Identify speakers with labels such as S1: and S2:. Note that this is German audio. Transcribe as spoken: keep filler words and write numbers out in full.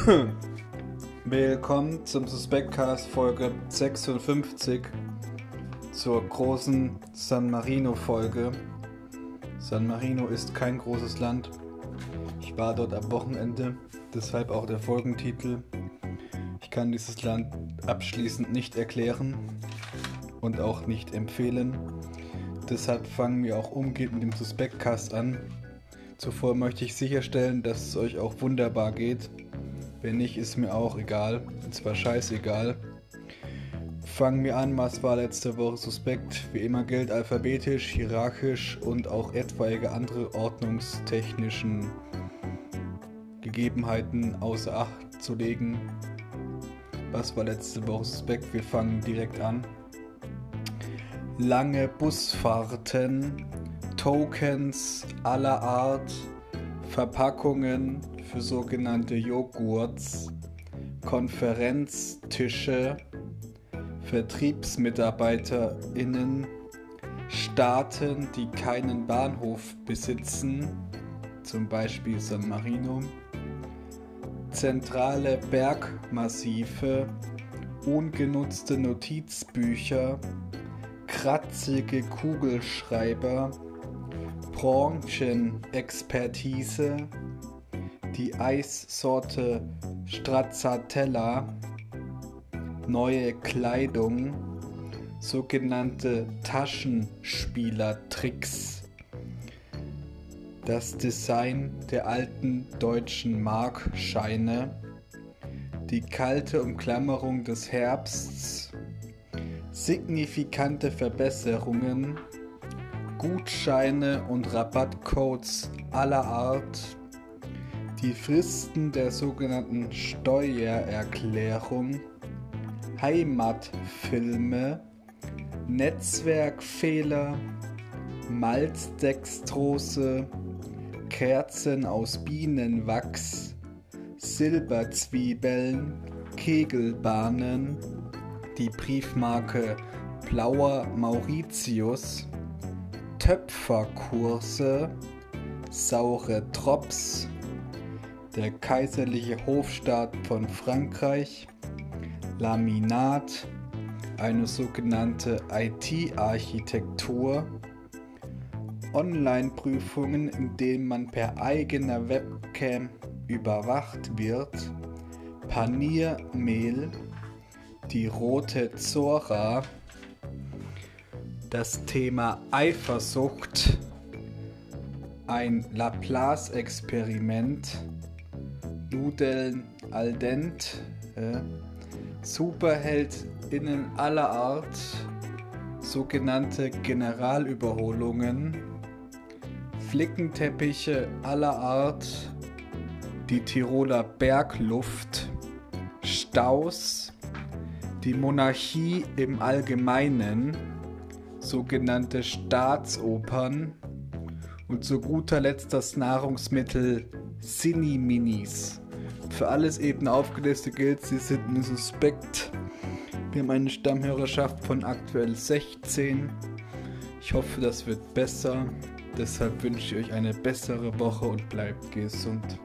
S1: Willkommen zum Suspectcast Folge sechsundfünfzig, zur großen San Marino Folge. San Marino ist kein großes Land. Ich war dort am Wochenende, deshalb auch der Folgentitel. Ich kann dieses Land abschließend nicht erklären und auch nicht empfehlen. Deshalb fangen wir auch umgehend mit dem Suspectcast an. Zuvor möchte ich sicherstellen, dass es euch auch wunderbar geht. Wenn nicht, ist mir auch egal. Und zwar scheißegal. Fangen wir an, was war letzte Woche suspekt. Wie immer gilt alphabetisch, hierarchisch und auch etwaige andere ordnungstechnischen Gegebenheiten außer Acht zu legen. Was war letzte Woche suspekt? Wir fangen direkt an. Lange Busfahrten, Tokens aller Art, Verpackungen für sogenannte Joghurts, Konferenztische, VertriebsmitarbeiterInnen, Staaten, die keinen Bahnhof besitzen, zum Beispiel San Marino, zentrale Bergmassive, ungenutzte Notizbücher, kratzige Kugelschreiber, Branchenexpertise, die Eissorte Stracciatella, neue Kleidung, sogenannte Taschenspielertricks, das Design der alten deutschen Markscheine, die kalte Umklammerung des Herbsts, signifikante Verbesserungen, Gutscheine und Rabattcodes aller Art, die Fristen der sogenannten Steuererklärung, Heimatfilme, Netzwerkfehler, Malzdextrose, Kerzen aus Bienenwachs, Silberzwiebeln, Kegelbahnen, die Briefmarke Blauer Mauritius, Töpferkurse, saure Drops, der kaiserliche Hofstaat von Frankreich, Laminat, eine sogenannte I T-Architektur, Online-Prüfungen, in denen man per eigener Webcam überwacht wird, Paniermehl, die rote Zora, das Thema Eifersucht, ein Laplace-Experiment, Nudeln al dente, äh, SuperheldInnen aller Art, sogenannte Generalüberholungen, Flickenteppiche aller Art, die Tiroler Bergluft, Staus, die Monarchie im Allgemeinen, sogenannte Staatsopern und zu guter Letzt das Nahrungsmittel Cinni-Minis. Für alles eben aufgelistet gilt, sie sind ein Suspekt. Wir haben eine Stammhörerschaft von aktuell sechzehn. Ich hoffe, das wird besser. Deshalb wünsche ich euch eine bessere Woche und bleibt gesund.